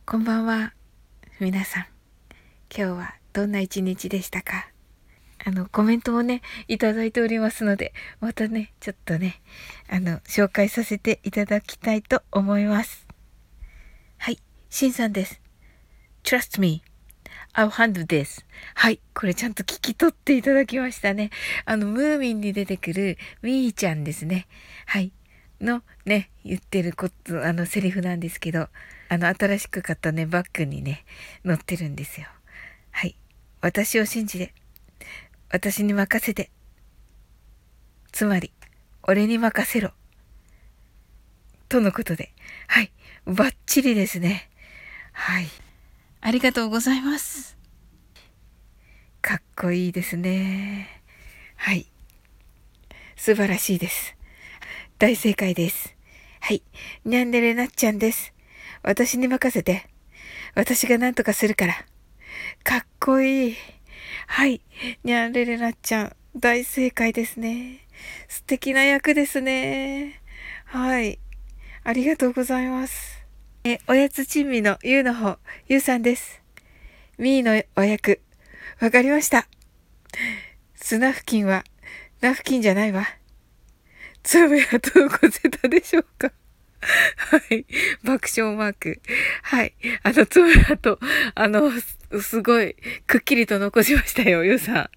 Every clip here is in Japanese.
こんばんは。皆さん、今日はどんな一日でしたか？コメントもね、いただいておりますので、またね、ちょっとね、紹介させていただきたいと思います。はい、しんさんです。Trust me, I'll handle this. はい、これちゃんと聞き取っていただきましたね。ムーミンに出てくるミーちゃんですね。はい。のね、言ってること、セリフなんですけど、新しく買ったね、バッグにね、載ってるんですよ。はい。私を信じて、私に任せて、つまり、俺に任せろ。とのことで、はい。バッチリですね。はい。ありがとうございます。かっこいいですね。はい。素晴らしいです。大正解です。はい。ニャンネレなっちゃんです。私に任せて。私が何とかするから。かっこいい。はい。ニャンレレなっちゃん、大正解ですね。素敵な役ですね。はい。ありがとうございます。おやつ珍味のゆうの方、ゆうさんです。みーのお役、わかりました。スナフキンは、ナフキンじゃないわ。爪痕を残せたでしょうか？はい。爆笑マーク。はい。爪痕、すごい、くっきりと残しましたよ、ゆうさん。はい。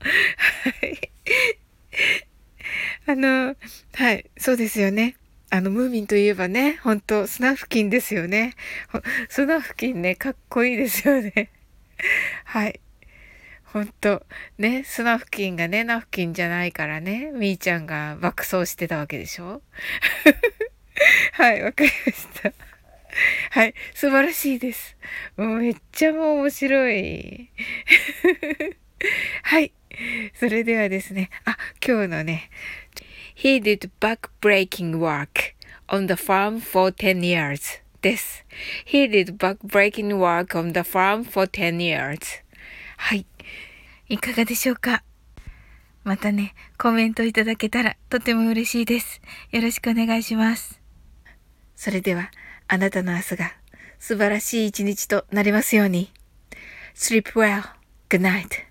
はい。そうですよね。ムーミンといえばね、ほんと、スナフキンですよね。スナフキンね、かっこいいですよね。はい。ほんと、ね、スナフキンがね、ナフキンじゃないからね、みーちゃんが爆走してたわけでしょ？はい、わかりました。はい、素晴らしいです。もうめっちゃもう面白い。はい。それではですね、今日のね、He did back-breaking work on the farm for 10 years です。He did back-breaking work on the farm for 10 years. はい。いかがでしょうか？またね、コメントいただけたらとても嬉しいです。よろしくお願いします。それでは、あなたの明日が素晴らしい一日となりますように。Sleep well. Good night.